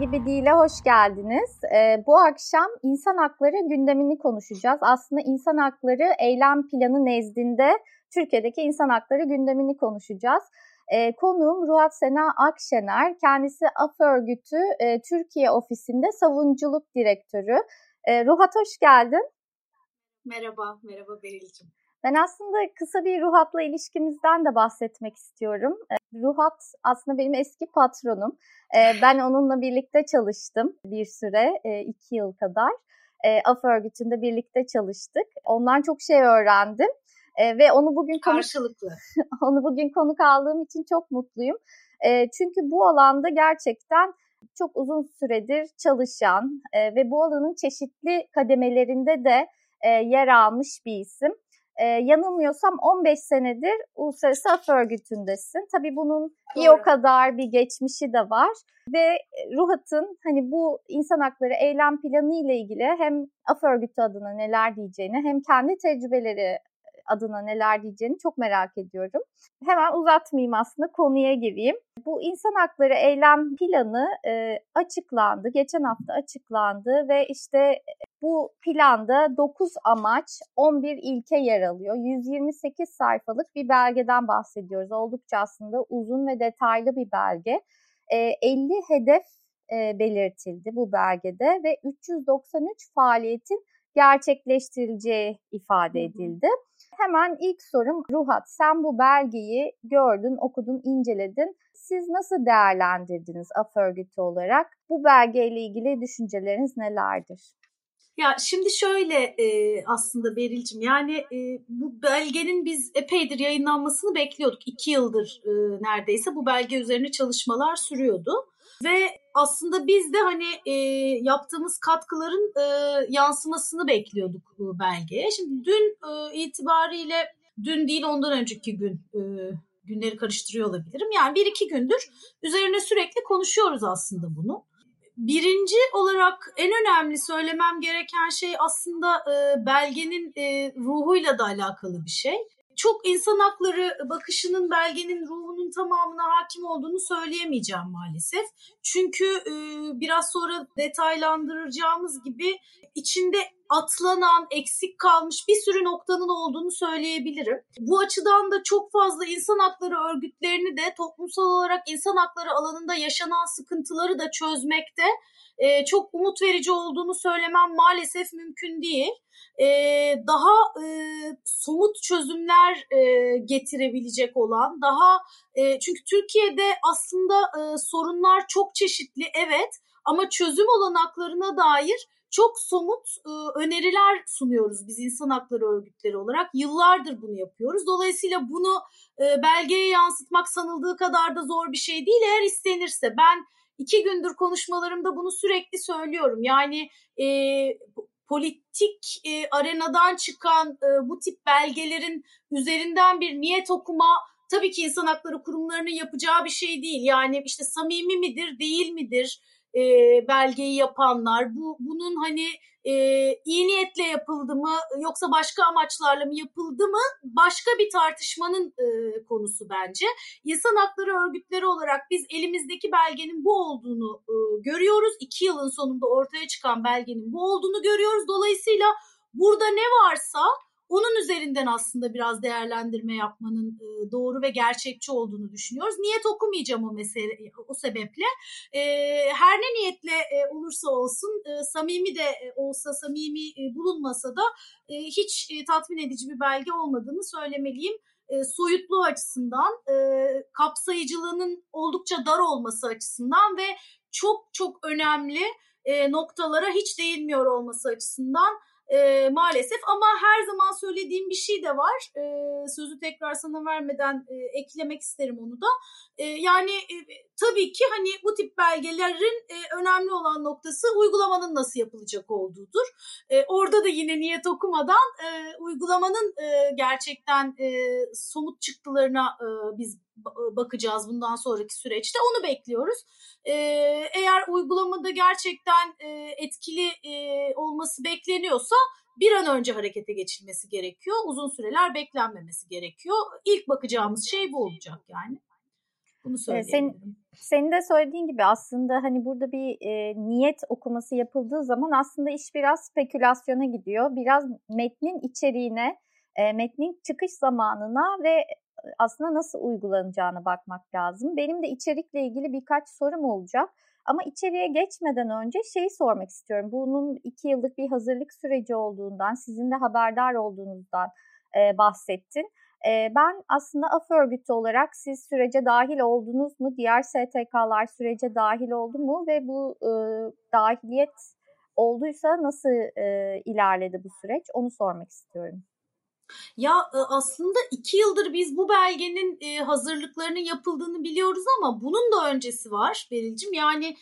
CBD ile hoş geldiniz. Bu akşam insan hakları gündemini konuşacağız. Aslında insan hakları eylem planı nezdinde Türkiye'deki insan hakları gündemini konuşacağız. Konuğum Ruhat Sena Akşener, kendisi AF Örgütü Türkiye Ofisi'nde savunuculuk direktörü. Ruhat hoş geldin. Merhaba Beril'cim. Ben aslında kısa bir Ruhat'la ilişkimizden de bahsetmek istiyorum. Ruhat aslında benim eski patronum. Ben onunla birlikte çalıştım bir süre, 2 yıl kadar. AF Örgütü'nde birlikte çalıştık. Ondan çok şey öğrendim. Ve onu bugün karşılıklı. Onu bugün konuk aldığım için çok mutluyum. Çünkü bu alanda gerçekten çok uzun süredir çalışan ve bu alanın çeşitli kademelerinde de yer almış bir isim. Yanılmıyorsam 15 senedir Uluslararası AF Örgütü'ndesin. Tabii bunun bir o kadar bir geçmişi de var. Ve Ruhat'ın hani bu insan hakları eylem planı ile ilgili hem AF Örgütü adına neler diyeceğini hem kendi tecrübeleri adına neler diyeceğini çok merak ediyorum. Hemen uzatmayayım, aslında konuya gireyim. Bu insan hakları eylem planı açıklandı. Geçen hafta açıklandı ve işte bu planda 9 amaç, 11 ilke yer alıyor. 128 sayfalık bir belgeden bahsediyoruz. Oldukça aslında uzun ve detaylı bir belge. 50 hedef belirtildi bu belgede ve 393 faaliyetin gerçekleştirileceği ifade edildi. Hemen ilk sorum Ruhat, sen bu belgeyi gördün, okudun, inceledin. Siz nasıl değerlendirdiniz AF Örgütü olarak? Bu belgeyle ilgili düşünceleriniz nelerdir? Ya şimdi şöyle aslında Beril'cim, yani bu belgenin biz epeydir yayınlanmasını bekliyorduk. 2 yıldır neredeyse bu belge üzerine çalışmalar sürüyordu. Ve aslında biz de hani yaptığımız katkıların yansımasını bekliyorduk bu belgeye. Şimdi dün itibariyle, dün değil ondan önceki gün, günleri karıştırıyor olabilirim. Yani 1-2 gündür üzerine sürekli konuşuyoruz aslında bunu. Birinci olarak en önemli söylemem gereken şey aslında belgenin ruhuyla da alakalı bir şey. Çok insan hakları bakışının belgenin ruhunun tamamına hakim olduğunu söyleyemeyeceğim maalesef. Çünkü biraz sonra detaylandıracağımız gibi içinde atlanan, eksik kalmış bir sürü noktanın olduğunu söyleyebilirim. Bu açıdan da çok fazla insan hakları örgütlerini de toplumsal olarak insan hakları alanında yaşanan sıkıntıları da çözmekte çok umut verici olduğunu söylemem maalesef mümkün değil. Daha somut çözümler getirebilecek olan, daha çünkü Türkiye'de aslında sorunlar çok çeşitli, evet, ama çözüm olanaklarına dair çok somut öneriler sunuyoruz biz insan hakları örgütleri olarak. Yıllardır bunu yapıyoruz. Dolayısıyla bunu belgeye yansıtmak sanıldığı kadar da zor bir şey değil eğer istenirse. Ben 2 gündür konuşmalarımda bunu sürekli söylüyorum. Yani politik arenadan çıkan bu tip belgelerin üzerinden bir niyet okuma tabii ki insan hakları kurumlarının yapacağı bir şey değil. Yani işte samimi midir, değil midir belgeyi yapanlar? Bunun hani iyi niyetle yapıldı mı yoksa başka amaçlarla mı yapıldı mı başka bir tartışmanın konusu bence. İnsan hakları örgütleri olarak biz elimizdeki belgenin bu olduğunu görüyoruz. 2 yılın sonunda ortaya çıkan belgenin bu olduğunu görüyoruz. Dolayısıyla burada ne varsa onun üzerinden aslında biraz değerlendirme yapmanın doğru ve gerçekçi olduğunu düşünüyoruz. Niyet okumayacağım o sebeple. Her ne niyetle olursa olsun, samimi de olsa, samimi bulunmasa da hiç tatmin edici bir belge olmadığını söylemeliyim. Soyutluğu açısından, kapsayıcılığının oldukça dar olması açısından ve çok çok önemli noktalara hiç değinmiyor olması açısından maalesef. Ama her zaman söylediğim bir şey de var. Sözü tekrar sana vermeden eklemek isterim onu da. Yani tabii ki hani bu tip belgelerin önemli olan noktası uygulamanın nasıl yapılacak olduğudur. Orada da yine niyet okumadan uygulamanın gerçekten somut çıktılarına biz bakacağız bundan sonraki süreçte. Onu bekliyoruz. Eğer uygulamada gerçekten etkili olması bekleniyorsa bir an önce harekete geçilmesi gerekiyor. Uzun süreler beklenmemesi gerekiyor. İlk bakacağımız şey bu olacak yani. Bunu söyleyebilirim. Senin de söylediğin gibi aslında hani burada bir niyet okuması yapıldığı zaman aslında iş biraz spekülasyona gidiyor. Biraz metnin içeriğine, metnin çıkış zamanına ve aslında nasıl uygulanacağına bakmak lazım. Benim de içerikle ilgili birkaç sorum olacak. Ama içeriye geçmeden önce şeyi sormak istiyorum. Bunun 2 yıllık bir hazırlık süreci olduğundan, sizin de haberdar olduğunuzdan bahsettin. Ben aslında AF örgütü olarak siz sürece dahil oldunuz mu? Diğer STK'lar sürece dahil oldu mu? Ve bu dahiliyet olduysa nasıl ilerledi bu süreç? Onu sormak istiyorum. Ya aslında 2 yıldır biz bu belgenin hazırlıklarının yapıldığını biliyoruz ama bunun da öncesi var Beril'cim. Yani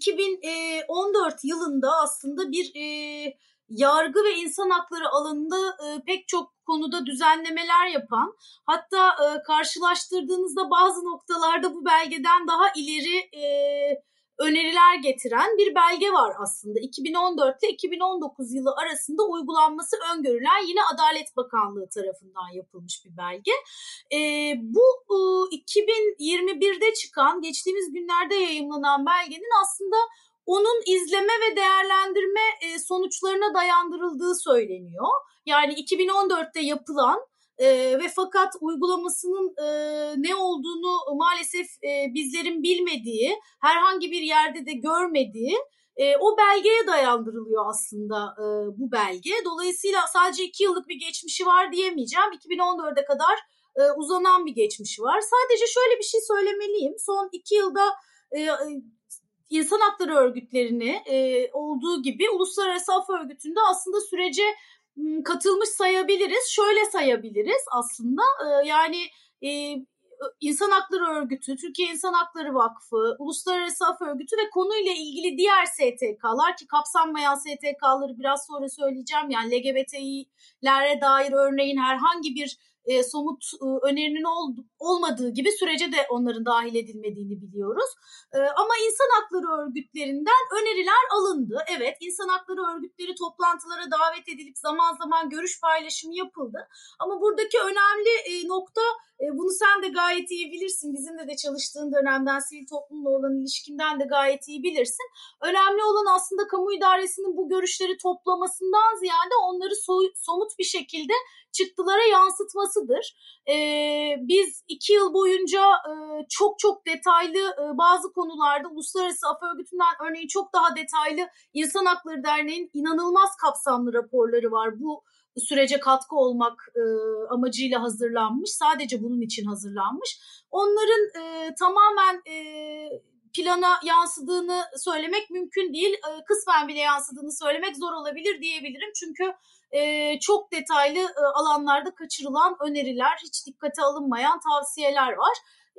2014 yılında aslında bir yargı ve insan hakları alanında pek çok konuda düzenlemeler yapan, hatta karşılaştırdığınızda bazı noktalarda bu belgeden daha ileri öneriler getiren bir belge var aslında. 2014 ile 2019 yılı arasında uygulanması öngörülen, yine Adalet Bakanlığı tarafından yapılmış bir belge. Bu 2021'de çıkan, geçtiğimiz günlerde yayımlanan belgenin aslında onun izleme ve değerlendirme sonuçlarına dayandırıldığı söyleniyor. Yani 2014'te yapılan ve fakat uygulamasının ne olduğunu maalesef bizlerin bilmediği, herhangi bir yerde de görmediği o belgeye dayandırılıyor aslında bu belge. Dolayısıyla sadece 2 yıllık bir geçmişi var diyemeyeceğim. 2014'e kadar uzanan bir geçmişi var. Sadece şöyle bir şey söylemeliyim. Son 2 yılda insan hakları örgütlerini olduğu gibi Uluslararası Af Örgütü'nde aslında sürece katılmış sayabiliriz. Şöyle sayabiliriz aslında, yani İnsan Hakları Örgütü, Türkiye İnsan Hakları Vakfı, Uluslararası Af Örgütü ve konuyla ilgili diğer STK'lar, ki kapsanmayan STK'ları biraz sonra söyleyeceğim. Yani LGBTİ'lere dair örneğin herhangi bir somut önerinin olmadığı gibi sürece de onların dahil edilmediğini biliyoruz. Ama insan hakları örgütlerinden öneriler alındı. Evet, insan hakları örgütleri toplantılara davet edilip zaman zaman görüş paylaşımı yapıldı. Ama buradaki önemli nokta, bunu sen de gayet iyi bilirsin. Bizimle de çalıştığın dönemden, sivil toplumla olan ilişkinden de gayet iyi bilirsin. Önemli olan aslında kamu idaresinin bu görüşleri toplamasından ziyade onları somut bir şekilde çıktılara yansıtmasıdır. Biz 2 yıl boyunca çok detaylı bazı konularda Uluslararası Af Örgütü'nden örneğin çok daha detaylı İnsan Hakları Derneği'nin inanılmaz kapsamlı raporları var. Bu sürece katkı olmak amacıyla hazırlanmış. Sadece bunun için hazırlanmış. Onların tamamen plana yansıdığını söylemek mümkün değil. Kısmen bile yansıdığını söylemek zor olabilir diyebilirim. Çünkü çok detaylı alanlarda kaçırılan öneriler, hiç dikkate alınmayan tavsiyeler var.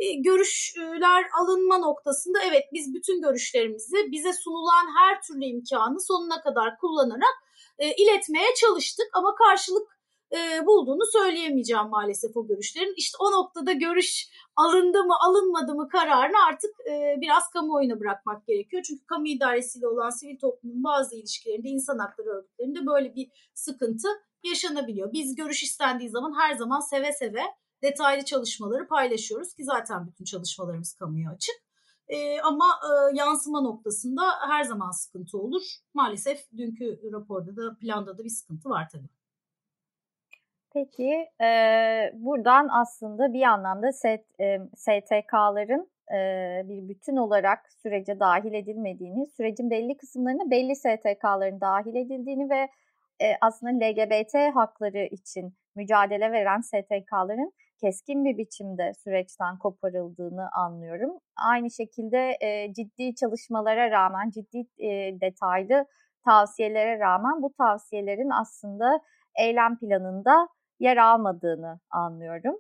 Görüşler alınma noktasında evet, biz bütün görüşlerimizi bize sunulan her türlü imkanı sonuna kadar kullanarak iletmeye çalıştık ama karşılık bulduğunu söyleyemeyeceğim maalesef o görüşlerin. İşte o noktada görüş alındı mı alınmadı mı kararını artık biraz kamuoyuna bırakmak gerekiyor. Çünkü kamu idaresiyle olan sivil toplumun bazı ilişkilerinde, insan hakları örgütlerinde böyle bir sıkıntı yaşanabiliyor. Biz görüş istendiği zaman her zaman seve seve detaylı çalışmaları paylaşıyoruz ki zaten bütün çalışmalarımız kamuya açık. Ama yansıma noktasında her zaman sıkıntı olur. Maalesef dünkü raporda da, planda da bir sıkıntı var tabii. Peki, buradan aslında bir anlamda STK'ların bir bütün olarak sürece dahil edilmediğini, sürecin belli kısımlarına belli STK'ların dahil edildiğini ve aslında LGBT hakları için mücadele veren STK'ların keskin bir biçimde süreçten koparıldığını anlıyorum. Aynı şekilde ciddi çalışmalara rağmen, ciddi detaylı tavsiyelere rağmen bu tavsiyelerin aslında eylem planında yer almadığını anlıyorum.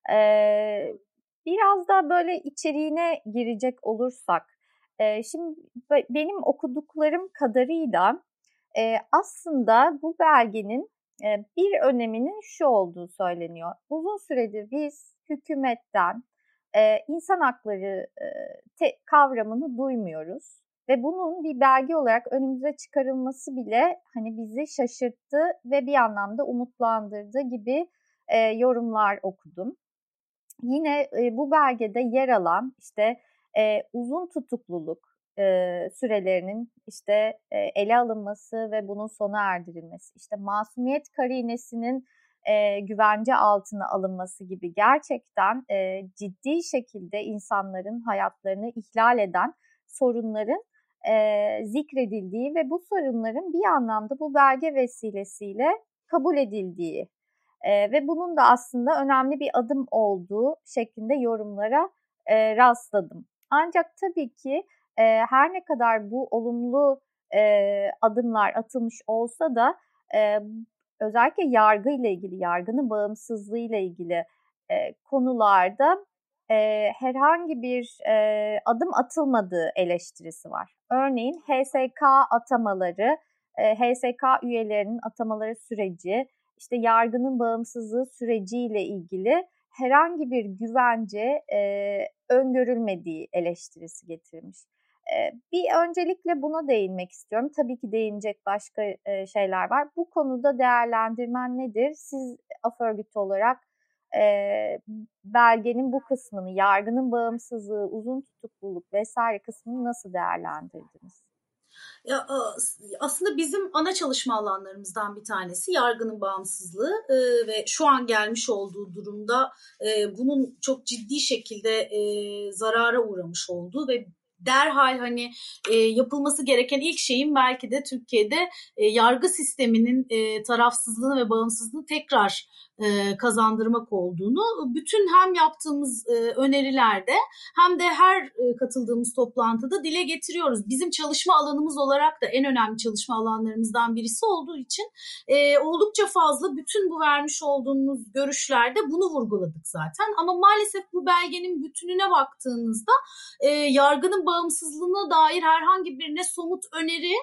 Biraz da böyle içeriğine girecek olursak, şimdi benim okuduklarım kadarıyla aslında bu belgenin bir öneminin şu olduğu söyleniyor. Uzun süredir biz hükümetten insan hakları kavramını duymuyoruz. Ve bunun bir belge olarak önümüze çıkarılması bile hani bizi şaşırttı ve bir anlamda umutlandırdı gibi yorumlar okudum. Yine bu belgede yer alan işte uzun tutukluluk sürelerinin işte ele alınması ve bunun sona erdirilmesi, işte masumiyet karinesinin güvence altına alınması gibi gerçekten ciddi şekilde insanların hayatlarını ihlal eden sorunların zikredildiği ve bu sorunların bir anlamda bu belge vesilesiyle kabul edildiği ve bunun da aslında önemli bir adım olduğu şeklinde yorumlara rastladım. Ancak tabii ki her ne kadar bu olumlu adımlar atılmış olsa da özellikle yargı ile ilgili, yargının bağımsızlığı ile ilgili konularda herhangi bir adım atılmadığı eleştirisi var. Örneğin HSK atamaları, HSK üyelerinin atamaları süreci, işte yargının bağımsızlığı süreciyle ilgili herhangi bir güvence öngörülmediği eleştirisi getirilmiş. Bir öncelikle buna değinmek istiyorum. Tabii ki değinecek başka şeyler var. Bu konuda değerlendirmen nedir? Siz af örgütü olarak belgenin bu kısmını, yargının bağımsızlığı, uzun tutukluluk vesaire kısmını nasıl değerlendirdiniz? Ya, aslında bizim ana çalışma alanlarımızdan bir tanesi yargının bağımsızlığı ve şu an gelmiş olduğu durumda bunun çok ciddi şekilde zarara uğramış olduğu ve derhal hani yapılması gereken ilk şeyin belki de Türkiye'de yargı sisteminin tarafsızlığını ve bağımsızlığını tekrar kazandırmak olduğunu bütün hem yaptığımız önerilerde hem de her katıldığımız toplantıda dile getiriyoruz. Bizim çalışma alanımız olarak da en önemli çalışma alanlarımızdan birisi olduğu için oldukça fazla bütün bu vermiş olduğumuz görüşlerde bunu vurguladık zaten. Ama maalesef bu belgenin bütününe baktığınızda yargının bağımsızlığına dair herhangi bir ne somut öneri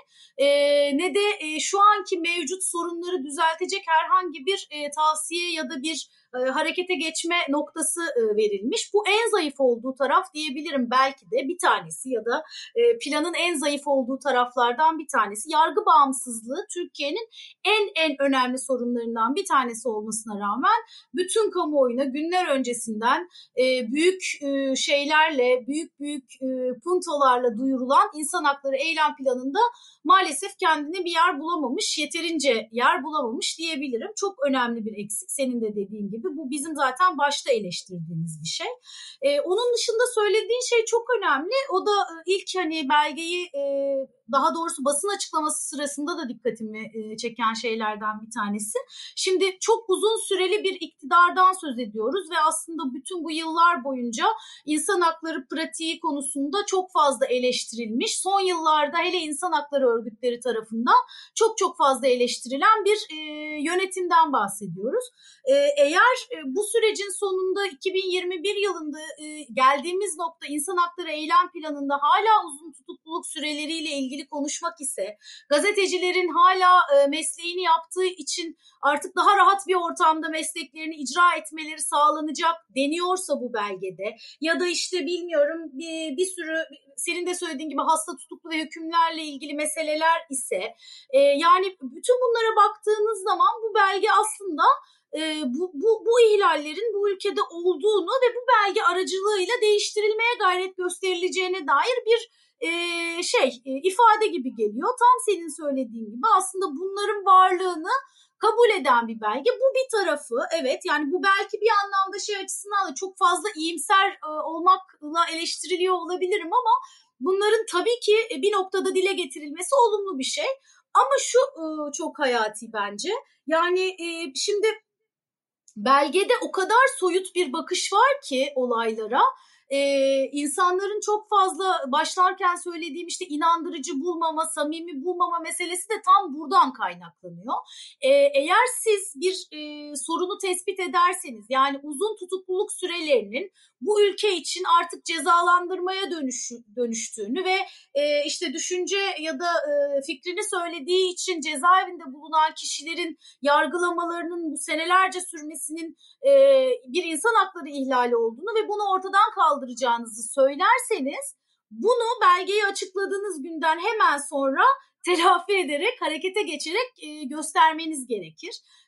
ne de şu anki mevcut sorunları düzeltecek herhangi bir tavsiye ya da bir harekete geçme noktası verilmiş. Bu en zayıf olduğu taraf diyebilirim belki de bir tanesi ya da planın en zayıf olduğu taraflardan bir tanesi. Yargı bağımsızlığı Türkiye'nin en önemli sorunlarından bir tanesi olmasına rağmen bütün kamuoyuna günler öncesinden büyük şeylerle, büyük puntolarla duyurulan insan hakları eylem planında maalesef kendine bir yer bulamamış, yeterince yer bulamamış diyebilirim. Çok önemli bir eksik senin de dediğin gibi. Bu bizim zaten başta eleştirdiğimiz bir şey. Onun dışında söylediğin şey çok önemli. O da ilk hani belgeyi daha doğrusu basın açıklaması sırasında da dikkatimi çeken şeylerden bir tanesi. Şimdi çok uzun süreli bir iktidardan söz ediyoruz ve aslında bütün bu yıllar boyunca insan hakları pratiği konusunda çok fazla eleştirilmiş. Son yıllarda hele insan hakları örgütleri tarafından çok fazla eleştirilen bir yönetimden bahsediyoruz. Eğer bu sürecin sonunda 2021 yılında geldiğimiz nokta insan hakları eylem planında hala uzun tutukluluk süreleriyle ilgili konuşmak ise, gazetecilerin hala mesleğini yaptığı için artık daha rahat bir ortamda mesleklerini icra etmeleri sağlanacak deniyorsa bu belgede ya da işte bilmiyorum bir sürü senin de söylediğin gibi hasta tutuklu ve hükümlerle ilgili meseleler ise yani bütün bunlara baktığınız zaman bu belge aslında bu ihlallerin bu ülkede olduğunu ve bu belge aracılığıyla değiştirilmeye gayret gösterileceğine dair bir ifade gibi geliyor. Tam senin söylediğin gibi aslında bunların varlığını kabul eden bir belge. Bu bir tarafı evet yani bu belki bir anlamda şey açısından da çok fazla iyimser olmakla eleştiriliyor olabilirim ama bunların tabii ki bir noktada dile getirilmesi olumlu bir şey. Ama şu çok hayati bence. Yani şimdi belgede o kadar soyut bir bakış var ki olaylara. İnsanların çok fazla başlarken söylediğim işte inandırıcı bulmama, samimi bulmama meselesi de tam buradan kaynaklanıyor. Eğer siz bir sorunu tespit ederseniz yani uzun tutukluluk sürelerinin bu ülke için artık cezalandırmaya dönüştüğünü ve işte düşünce ya da fikrini söylediği için cezaevinde bulunan kişilerin yargılamalarının bu senelerce sürmesinin bir insan hakları ihlali olduğunu ve bunu ortadan kaldıracağınızı söylerseniz bunu belgeyi açıkladığınız günden hemen sonra telafi ederek, harekete geçerek göstermeniz gerekir.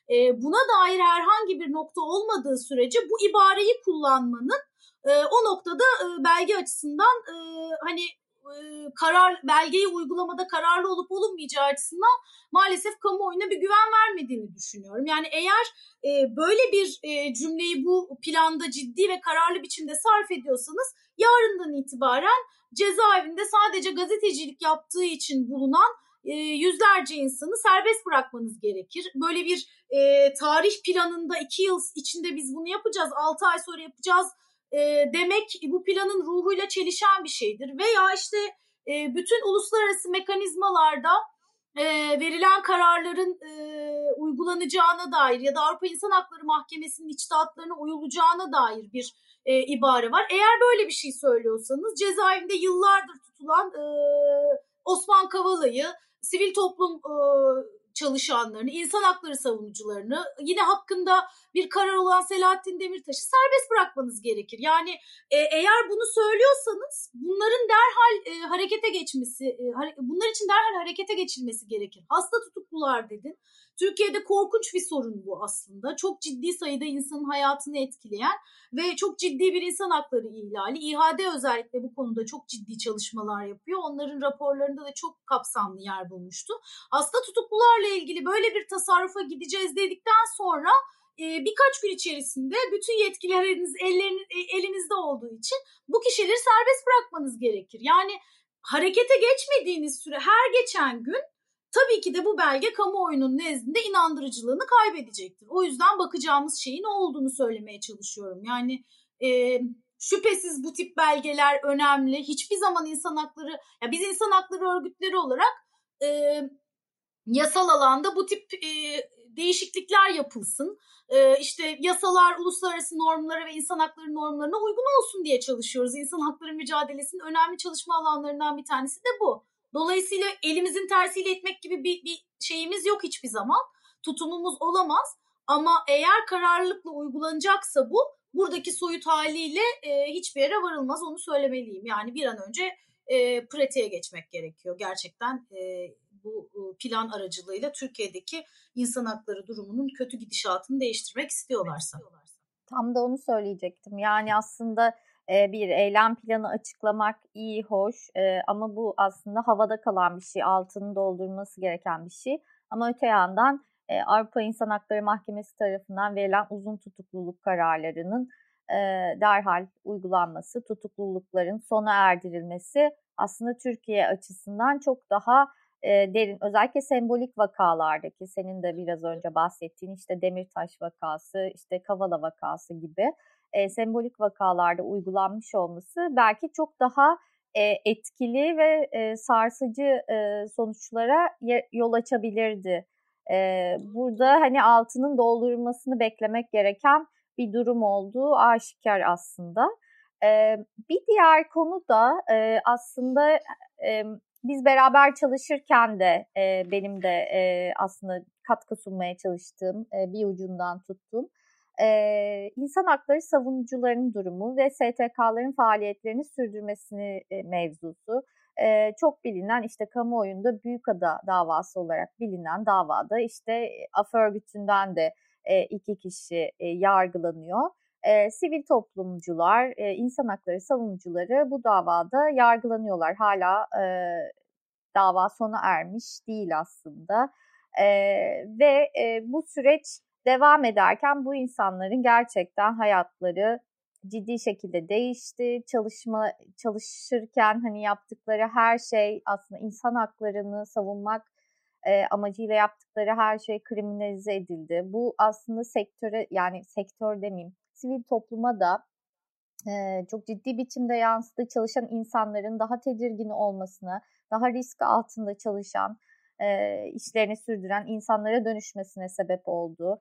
buna dair herhangi bir nokta olmadığı sürece bu ibareyi kullanmanın o noktada belge açısından hani belgeyi uygulamada kararlı olup olunmayacağı açısından maalesef kamuoyuna bir güven vermediğini düşünüyorum. Yani eğer böyle bir cümleyi bu planda ciddi ve kararlı biçimde sarf ediyorsanız yarından itibaren cezaevinde sadece gazetecilik yaptığı için bulunan yüzlerce insanı serbest bırakmanız gerekir. Böyle bir tarih planında 2 yıl içinde biz bunu yapacağız, 6 ay sonra yapacağız demek bu planın ruhuyla çelişen bir şeydir. Veya işte bütün uluslararası mekanizmalarda verilen kararların uygulanacağına dair ya da Avrupa İnsan Hakları Mahkemesi'nin içtihatlarına uyulacağına dair bir ibare var. Eğer böyle bir şey söylüyorsanız cezaevinde yıllardır tutulan Osman Kavala'yı, sivil toplum çalışanlarını, insan hakları savunucularını, yine hakkında bir karar olan Selahattin Demirtaş'ı serbest bırakmanız gerekir. Yani eğer bunu söylüyorsanız bunların derhal harekete geçmesi, bunlar için derhal harekete geçilmesi gerekir. Hasta tutuklular dedin. Türkiye'de korkunç bir sorun bu aslında. Çok ciddi sayıda insanın hayatını etkileyen ve çok ciddi bir insan hakları ihlali. İHAD özellikle bu konuda çok ciddi çalışmalar yapıyor. Onların raporlarında da çok kapsamlı yer bulmuştu. Hasta tutuklularla ilgili böyle bir tasarrufa gideceğiz dedikten sonra birkaç gün içerisinde bütün yetkileriniz elinizde olduğu için bu kişileri serbest bırakmanız gerekir. Yani harekete geçmediğiniz süre her geçen gün tabii ki de bu belge kamuoyunun nezdinde inandırıcılığını kaybedecektir. O yüzden bakacağımız şeyin ne olduğunu söylemeye çalışıyorum. Yani şüphesiz bu tip belgeler önemli. Hiçbir zaman insan hakları, ya biz insan hakları örgütleri olarak yasal alanda bu tip değişiklikler yapılsın. İşte yasalar uluslararası normlara ve insan hakları normlarına uygun olsun diye çalışıyoruz. İnsan hakları mücadelesinin önemli çalışma alanlarından bir tanesi de bu. Dolayısıyla elimizin tersiyle etmek gibi bir şeyimiz yok hiçbir zaman. Tutumumuz olamaz. Ama eğer kararlılıkla uygulanacaksa buradaki soyut haliyle hiçbir yere varılmaz, onu söylemeliyim. Yani bir an önce pratiğe geçmek gerekiyor. Gerçekten bu plan aracılığıyla Türkiye'deki insan hakları durumunun kötü gidişatını değiştirmek istiyorlarsa. Tam da onu söyleyecektim. Yani aslında bir eylem planı açıklamak iyi, hoş ama bu aslında havada kalan bir şey, altını doldurması gereken bir şey. Ama öte yandan Avrupa İnsan Hakları Mahkemesi tarafından verilen uzun tutukluluk kararlarının derhal uygulanması, tutuklulukların sona erdirilmesi aslında Türkiye açısından çok daha derin, özellikle sembolik vakalardaki, senin de biraz önce bahsettiğin işte Demirtaş vakası, işte Kavala vakası gibi sembolik vakalarda uygulanmış olması belki çok daha etkili ve sarsıcı sonuçlara yol açabilirdi. Burada hani altının doldurulmasını beklemek gereken bir durum olduğu aşikar aslında. Bir diğer konu da aslında biz beraber çalışırken de benim de aslında katkı sunmaya çalıştığım, bir ucundan tuttuğum insan hakları savunucularının durumu ve STK'ların faaliyetlerini sürdürmesini mevzusu. Çok bilinen işte kamuoyunda Büyükada davası olarak bilinen davada işte AF örgütünden de 2 kişi yargılanıyor. Sivil toplumcular, insan hakları savunucuları bu davada yargılanıyorlar. Hala dava sona ermiş değil aslında. Ve bu süreç devam ederken bu insanların gerçekten hayatları ciddi şekilde değişti. Çalışırken hani yaptıkları her şey aslında insan haklarını savunmak amacıyla yaptıkları her şey kriminalize edildi. Bu aslında sektöre, yani sektör demeyeyim, sivil topluma da çok ciddi biçimde yansıdı. Çalışan insanların daha tedirgin olmasına, daha risk altında çalışan, işlerini sürdüren insanlara dönüşmesine sebep oldu.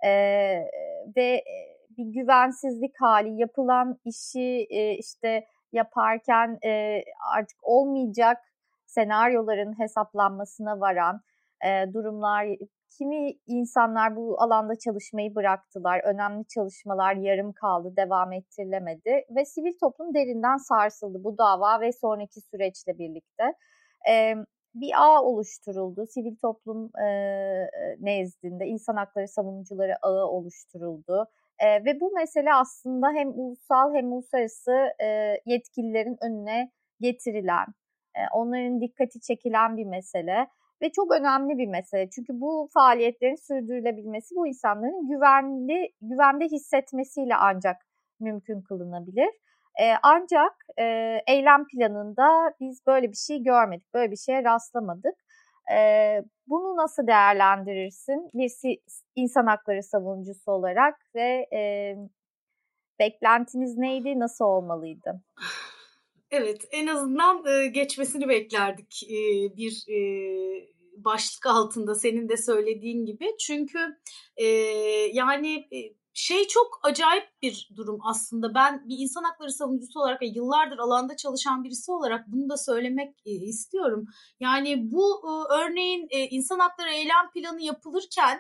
Ve bir güvensizlik hali, yapılan işi işte yaparken artık olmayacak senaryoların hesaplanmasına varan durumlar. Kimi insanlar bu alanda çalışmayı bıraktılar. Önemli çalışmalar yarım kaldı, devam ettirilemedi ve sivil toplum derinden sarsıldı bu dava ve sonraki süreçle birlikte. bir ağ oluşturuldu. Sivil toplum nezdinde insan hakları savunucuları ağı oluşturuldu. Ve bu mesele aslında hem ulusal hem uluslararası yetkililerin önüne getirilen, onların dikkati çekilen bir mesele ve çok önemli bir mesele. Çünkü bu faaliyetlerin sürdürülebilmesi bu insanların güvende hissetmesiyle ancak mümkün kılınabilir. Ancak eylem planında biz böyle bir şey görmedik, böyle bir şeye rastlamadık. Bunu nasıl değerlendirirsin bir insan hakları savunucusu olarak ve beklentiniz neydi, nasıl olmalıydı? Evet, en azından geçmesini beklerdik bir başlık altında senin de söylediğin gibi. Çünkü yani çok acayip bir durum aslında. Ben bir insan hakları savunucusu olarak ve yıllardır alanda çalışan birisi olarak bunu da söylemek istiyorum. Yani bu örneğin insan hakları eylem planı yapılırken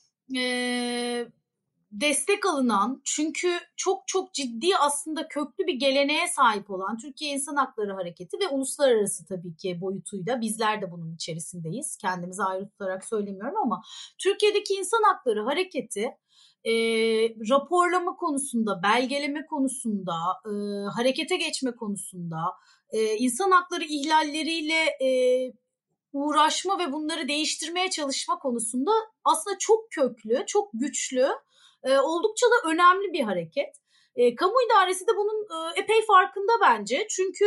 destek alınan, çünkü çok çok ciddi aslında köklü bir geleneğe sahip olan Türkiye İnsan Hakları Hareketi ve uluslararası tabii ki boyutuyla bizler de bunun içerisindeyiz. Kendimizi ayrı tutarak söylemiyorum ama Türkiye'deki İnsan Hakları Hareketi raporlama konusunda, belgeleme konusunda, harekete geçme konusunda, insan hakları ihlalleriyle uğraşma ve bunları değiştirmeye çalışma konusunda aslında çok köklü, çok güçlü, oldukça da önemli bir hareket. Kamu idaresi de bunun epey farkında bence. Çünkü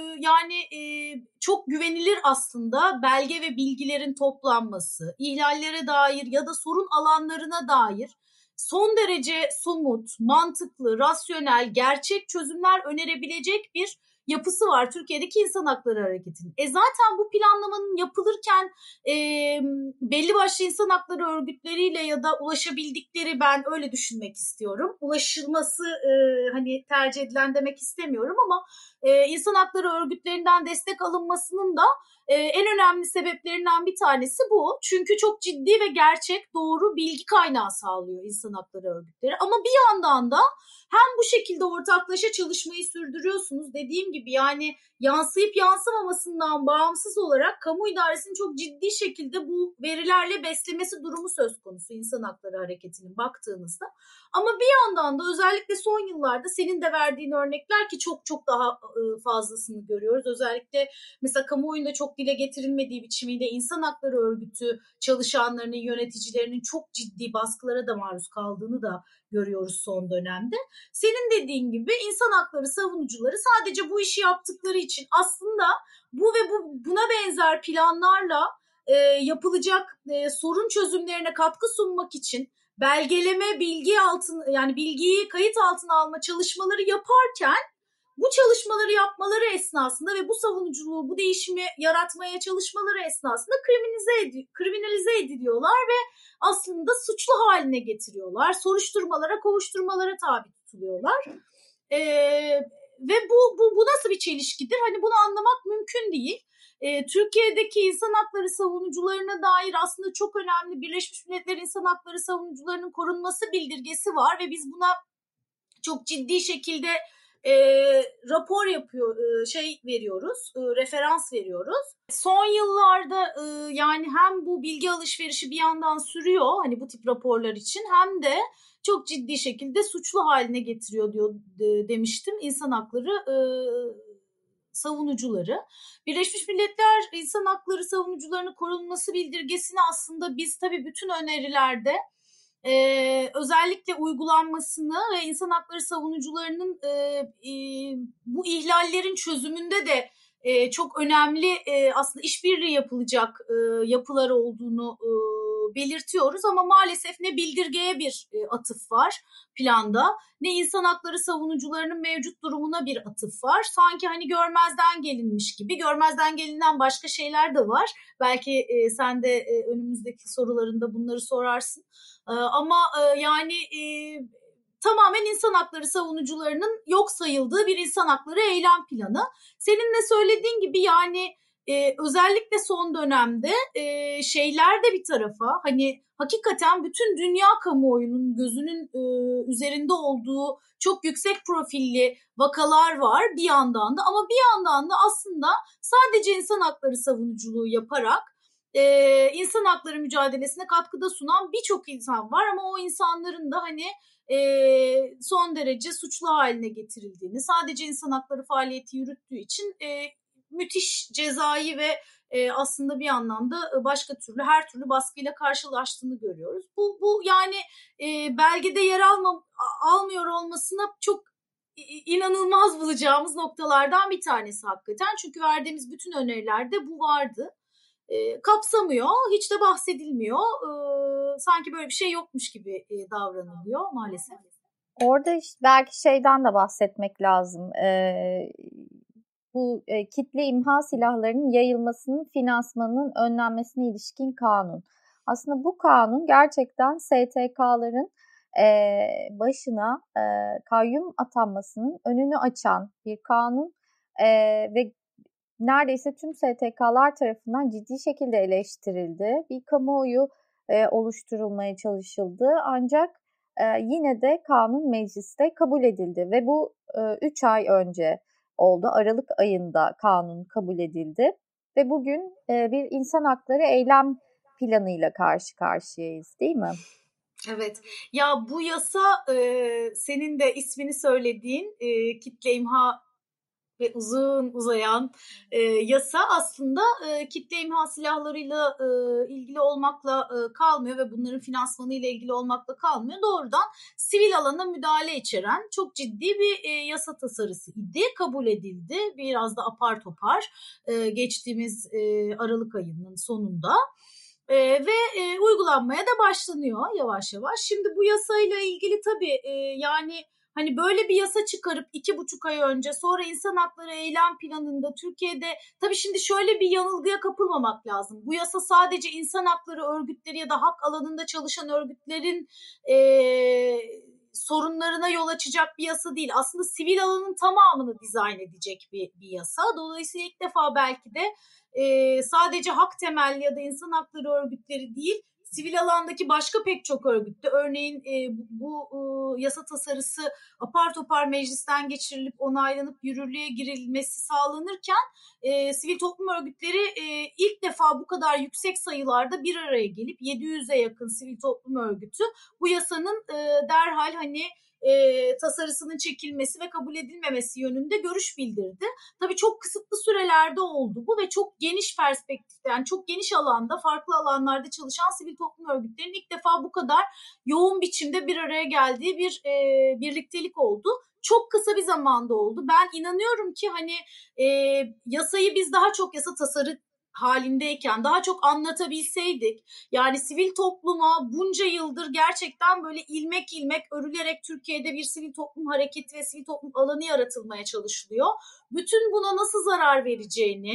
çok güvenilir aslında belge ve bilgilerin toplanması, ihlallere dair ya da sorun alanlarına dair son derece somut, mantıklı, rasyonel, gerçek çözümler önerebilecek bir yapısı var Türkiye'deki İnsan Hakları Hareketi'nin. Zaten bu planlamanın yapılırken belli başlı insan hakları örgütleriyle ya da ulaşabildikleri, ben öyle düşünmek istiyorum. Ulaşılması hani tercih edilen demek istemiyorum ama insan hakları örgütlerinden destek alınmasının da en önemli sebeplerinden bir tanesi bu. Çünkü çok ciddi ve gerçek, doğru bilgi kaynağı sağlıyor insan hakları örgütleri. Ama bir yandan da hem bu şekilde ortaklaşa çalışmayı sürdürüyorsunuz. Dediğim gibi yani yansıyıp yansımamasından bağımsız olarak kamu idaresinin çok ciddi şekilde bu verilerle beslemesi durumu söz konusu insan hakları hareketinin baktığınızda. Ama bir yandan da özellikle son yıllarda senin de verdiğin örnekler ki çok çok daha fazlasını görüyoruz. Özellikle mesela kamuoyunda çok dile getirilmediği biçimiyle insan hakları örgütü çalışanlarının, yöneticilerinin çok ciddi baskılara da maruz kaldığını da görüyoruz son dönemde. Senin dediğin gibi insan hakları savunucuları sadece bu işi yaptıkları için aslında bu ve buna benzer planlarla yapılacak sorun çözümlerine katkı sunmak için belgeleme, bilgiyi kayıt altına alma çalışmaları yaparken bu çalışmaları yapmaları esnasında ve bu savunuculuğu, bu değişimi yaratmaya çalışmaları esnasında kriminalize ediliyorlar ve aslında suçlu haline getiriyorlar. Soruşturmalara, kovuşturmalara tabi tutuluyorlar. Ve bu nasıl bir çelişkidir? Hani bunu anlamak mümkün değil. Türkiye'deki insan hakları savunucularına dair aslında çok önemli Birleşmiş Milletler İnsan Hakları Savunucularının korunması bildirgesi var ve biz buna çok ciddi şekilde rapor veriyoruz, referans veriyoruz. Son yıllarda yani hem bu bilgi alışverişi bir yandan sürüyor hani bu tip raporlar için, hem de çok ciddi şekilde suçlu haline getiriyor demiştim insan hakları savunucuları. Birleşmiş Milletler İnsan Hakları Savunucularının korunması bildirgesini aslında biz tabii bütün önerilerde özellikle uygulanmasını ve insan hakları savunucularının bu ihlallerin çözümünde de çok önemli aslında işbirliği yapılacak yapılar olduğunu belirtiyoruz ama maalesef ne bildirgeye bir atıf var planda, ne insan hakları savunucularının mevcut durumuna bir atıf var. Sanki hani görmezden gelinmiş gibi. Görmezden gelinen başka şeyler de var. Belki sen de önümüzdeki sorularında bunları sorarsın. Ama tamamen insan hakları savunucularının yok sayıldığı bir insan hakları eylem planı. Senin de söylediğin gibi yani özellikle son dönemde şeyler de bir tarafa, hani hakikaten bütün dünya kamuoyunun gözünün üzerinde olduğu çok yüksek profilli vakalar var bir yandan da, ama bir yandan da aslında sadece insan hakları savunuculuğu yaparak insan hakları mücadelesine katkıda sunan birçok insan var, ama o insanların da hani son derece suçlu haline getirildiğini, sadece insan hakları faaliyeti yürüttüğü için müthiş cezai ve aslında bir anlamda başka türlü her türlü baskıyla karşılaştığını görüyoruz. Bu yani belgede yer almıyor olmasına çok inanılmaz bulacağımız noktalardan bir tanesi hakikaten. Çünkü verdiğimiz bütün önerilerde bu vardı. Kapsamıyor, hiç de bahsedilmiyor. Sanki böyle bir şey yokmuş gibi davranılıyor maalesef. Orada işte belki şeyden de bahsetmek lazım. Bu kitle imha silahlarının yayılmasının finansmanının önlenmesine ilişkin kanun. Aslında bu kanun gerçekten STK'ların başına kayyum atanmasının önünü açan bir kanun ve neredeyse tüm STK'lar tarafından ciddi şekilde eleştirildi. Bir kamuoyu oluşturulmaya çalışıldı. Ancak yine de kanun mecliste kabul edildi ve bu 3 ay önce oldu. Aralık ayında kanun kabul edildi ve bugün bir insan hakları eylem planıyla karşı karşıyayız, değil mi? Evet. Ya bu yasa senin de ismini söylediğin kitle imha ve uzayan yasa aslında kitle imha silahlarıyla ilgili olmakla kalmıyor ve bunların finansmanıyla ilgili olmakla kalmıyor. Doğrudan sivil alana müdahale içeren çok ciddi bir yasa tasarısı idi. Kabul edildi. Biraz da apar topar geçtiğimiz Aralık ayının sonunda. Ve uygulanmaya da başlanıyor yavaş yavaş. Şimdi bu yasayla ilgili tabii yani hani böyle bir yasa çıkarıp 2,5 ay önce, sonra insan hakları eylem planında Türkiye'de, tabii şimdi şöyle bir yanılgıya kapılmamak lazım. Bu yasa sadece insan hakları örgütleri ya da hak alanında çalışan örgütlerin sorunlarına yol açacak bir yasa değil. Aslında sivil alanın tamamını dizayn edecek bir yasa. Dolayısıyla ilk defa belki de sadece hak temelli ya da insan hakları örgütleri değil, sivil alandaki başka pek çok örgütte, örneğin bu yasa tasarısı apar topar meclisten geçirilip onaylanıp yürürlüğe girilmesi sağlanırken sivil toplum örgütleri ilk defa bu kadar yüksek sayılarda bir araya gelip 700'e yakın sivil toplum örgütü bu yasanın derhal hani tasarısının çekilmesi ve kabul edilmemesi yönünde görüş bildirdi. Tabii çok kısıtlı sürelerde oldu bu ve çok geniş perspektifte, yani çok geniş alanda, farklı alanlarda çalışan sivil toplum örgütlerinin ilk defa bu kadar yoğun biçimde bir araya geldiği bir birliktelik oldu. Çok kısa bir zamanda oldu. Ben inanıyorum ki hani yasayı biz daha çok yasa tasarı halindeyken daha çok anlatabilseydik, yani sivil topluma bunca yıldır gerçekten böyle ilmek ilmek örülerek Türkiye'de bir sivil toplum hareketi ve sivil toplum alanı yaratılmaya çalışılıyor. Bütün buna nasıl zarar vereceğini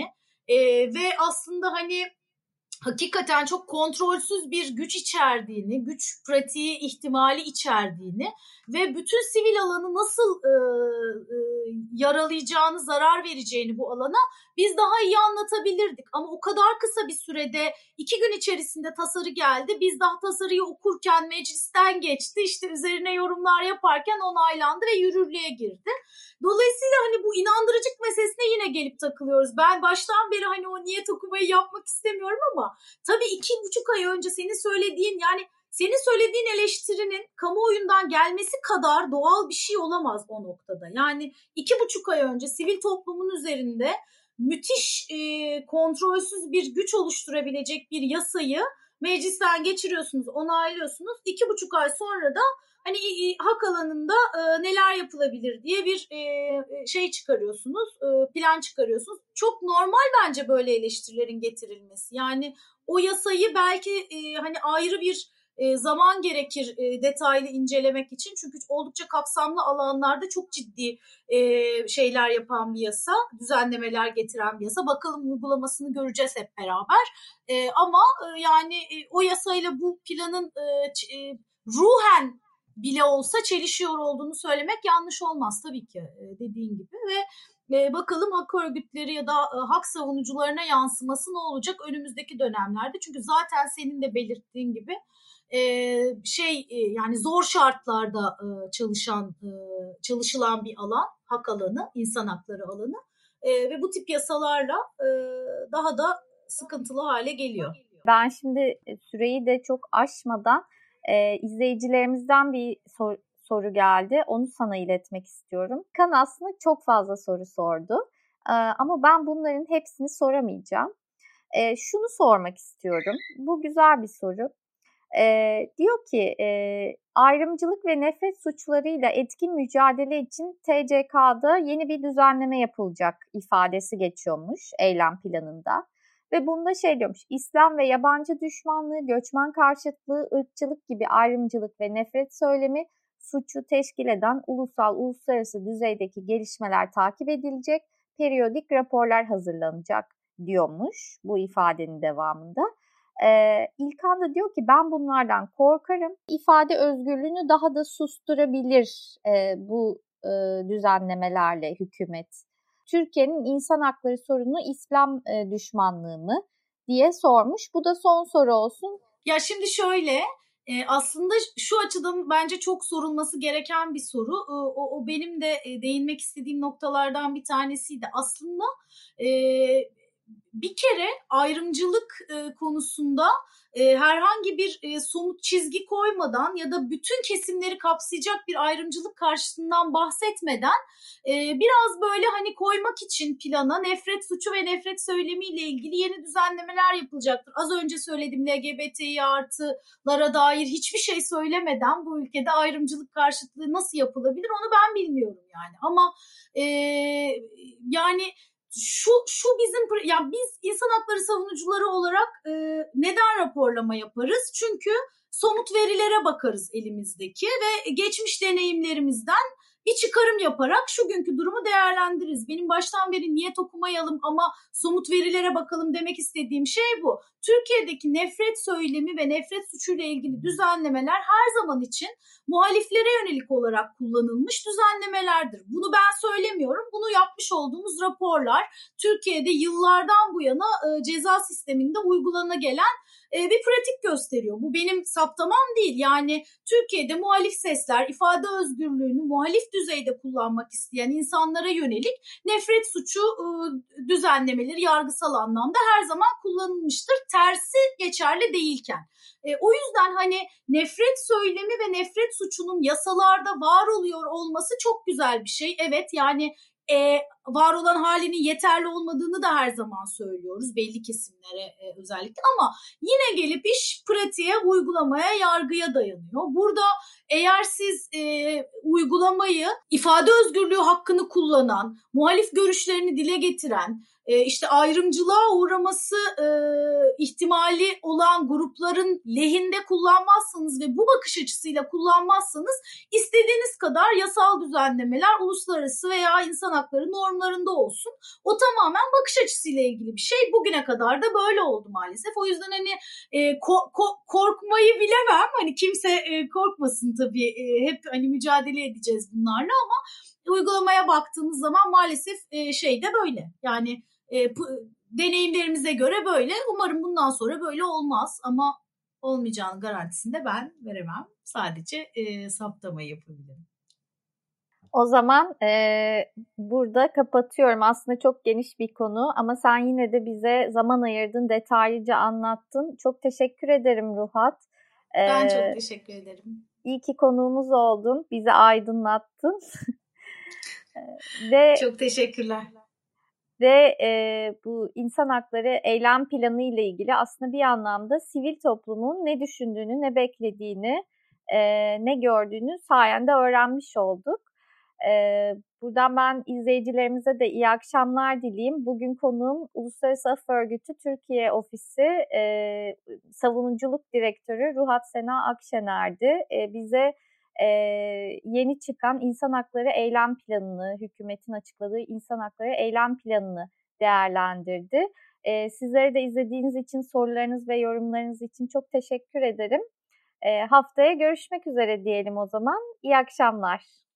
ve aslında hani hakikaten çok kontrolsüz bir güç içerdiğini, güç pratiği ihtimali içerdiğini ve bütün sivil alanı nasıl yaralayacağını, zarar vereceğini bu alana biz daha iyi anlatabilirdik. Ama o kadar kısa bir sürede 2 gün içerisinde tasarı geldi. Biz daha tasarıyı okurken meclisten geçti. İşte üzerine yorumlar yaparken onaylandı ve yürürlüğe girdi. Dolayısıyla hani bu inandırıcılık meselesine yine gelip takılıyoruz. Ben baştan beri hani o niyet okumayı yapmak istemiyorum ama tabii 2,5 ay önce senin söylediğin eleştirinin kamuoyundan gelmesi kadar doğal bir şey olamaz o noktada. Yani 2,5 ay önce sivil toplumun üzerinde müthiş kontrolsüz bir güç oluşturabilecek bir yasayı meclisten geçiriyorsunuz, onaylıyorsunuz. 2,5 ay sonra da hani hak alanında neler yapılabilir diye bir şey çıkarıyorsunuz, plan çıkarıyorsunuz. Çok normal bence böyle eleştirilerin getirilmesi. Yani o yasayı belki hani ayrı bir zaman gerekir detaylı incelemek için. Çünkü oldukça kapsamlı alanlarda çok ciddi şeyler yapan bir yasa, düzenlemeler getiren bir yasa. Bakalım uygulamasını göreceğiz hep beraber. Ama yani o yasayla bu planın ruhen bile olsa çelişiyor olduğunu söylemek yanlış olmaz tabii ki dediğin gibi ve Bakalım hak örgütleri ya da hak savunucularına yansıması ne olacak önümüzdeki dönemlerde? Çünkü zaten senin de belirttiğin gibi yani zor şartlarda çalışılan bir alan, hak alanı, insan hakları alanı ve bu tip yasalarla daha da sıkıntılı hale geliyor. Ben şimdi süreyi de çok aşmadan izleyicilerimizden bir soru geldi. Onu sana iletmek istiyorum. Kan aslında çok fazla soru sordu. Ama ben bunların hepsini soramayacağım. Şunu sormak istiyorum. Bu güzel bir soru. Diyor ki ayrımcılık ve nefret suçlarıyla etkin mücadele için TCK'da yeni bir düzenleme yapılacak ifadesi geçiyormuş eylem planında. Ve bunda diyormuş, İslam ve yabancı düşmanlığı, göçmen karşıtlığı, ırkçılık gibi ayrımcılık ve nefret söylemi suçu teşkil eden uluslararası düzeydeki gelişmeler takip edilecek, periyodik raporlar hazırlanacak diyormuş bu ifadenin devamında. İlkan da diyor ki ben bunlardan korkarım. İfade özgürlüğünü daha da susturabilir bu düzenlemelerle hükümet. Türkiye'nin insan hakları sorunu İslam düşmanlığı mı diye sormuş. Bu da son soru olsun. Ya şimdi şöyle, aslında şu açıdan bence çok sorulması gereken bir soru. O benim de değinmek istediğim noktalardan bir tanesiydi. Aslında bir kere ayrımcılık konusunda herhangi bir somut çizgi koymadan ya da bütün kesimleri kapsayacak bir ayrımcılık karşısından bahsetmeden biraz böyle hani koymak için plana nefret suçu ve nefret söylemiyle ilgili yeni düzenlemeler yapılacaktır. Az önce söyledim, LGBTİ artılara dair hiçbir şey söylemeden bu ülkede ayrımcılık karşıtlığı nasıl yapılabilir onu ben bilmiyorum yani. Ama yani şu bizim yani biz insan hakları savunucuları olarak neden raporlama yaparız? Çünkü somut verilere bakarız elimizdeki ve geçmiş deneyimlerimizden bir çıkarım yaparak şu günkü durumu değerlendiririz. Benim baştan beri niyet okumayalım ama somut verilere bakalım demek istediğim şey bu. Türkiye'deki nefret söylemi ve nefret suçuyla ilgili düzenlemeler her zaman için muhaliflere yönelik olarak kullanılmış düzenlemelerdir. Bunu ben söylemiyorum. Bunu yapmış olduğumuz raporlar Türkiye'de yıllardan bu yana ceza sisteminde uygulanana gelen bir pratik gösteriyor. Bu benim saptamam değil. Yani Türkiye'de muhalif sesler, ifade özgürlüğünü muhalif düzeyde kullanmak isteyen insanlara yönelik nefret suçu düzenlemeleri yargısal anlamda her zaman kullanılmıştır. Tersi geçerli değilken. O yüzden hani nefret söylemi ve nefret suçunun yasalarda var oluyor olması çok güzel bir şey. Evet yani var olan halinin yeterli olmadığını da her zaman söylüyoruz belli kesimlere özellikle ama yine gelip iş pratiğe, uygulamaya, yargıya dayanıyor. Burada eğer siz uygulamayı ifade özgürlüğü hakkını kullanan, muhalif görüşlerini dile getiren, işte ayrımcılığa uğraması ihtimali olan grupların lehinde kullanmazsanız ve bu bakış açısıyla kullanmazsanız istediğiniz kadar yasal düzenlemeler uluslararası veya insan hakları normlarında olsun. O tamamen bakış açısıyla ilgili bir şey. Bugüne kadar da böyle oldu maalesef. O yüzden hani korkmayı bilemem. Hani kimse korkmasın tabii. Hep hani mücadele edeceğiz bunlarla ama uygulamaya baktığımız zaman maalesef şey de böyle. Yani deneyimlerimize göre böyle. Umarım bundan sonra böyle olmaz ama olmayacağının garantisini de ben veremem. Sadece saptama yapabilirim. O zaman burada kapatıyorum. Aslında çok geniş bir konu ama sen yine de bize zaman ayırdın, detaylıca anlattın. Çok teşekkür ederim Ruhat. Ben çok teşekkür ederim. İyi ki konuğumuz oldun, bizi aydınlattın. Çok teşekkürler. Ve bu insan hakları eylem planı ile ilgili aslında bir anlamda sivil toplumun ne düşündüğünü, ne beklediğini, ne gördüğünü sayende öğrenmiş olduk. Buradan ben izleyicilerimize de iyi akşamlar dileyeyim. Bugün konuğum Uluslararası Af Örgütü Türkiye Ofisi Savunuculuk Direktörü Ruhat Sena Akşener'di. Bize yeni çıkan insan hakları eylem planını, hükümetin açıkladığı insan hakları eylem planını değerlendirdi. Sizlere de izlediğiniz için, sorularınız ve yorumlarınız için çok teşekkür ederim. Haftaya görüşmek üzere diyelim o zaman. İyi akşamlar.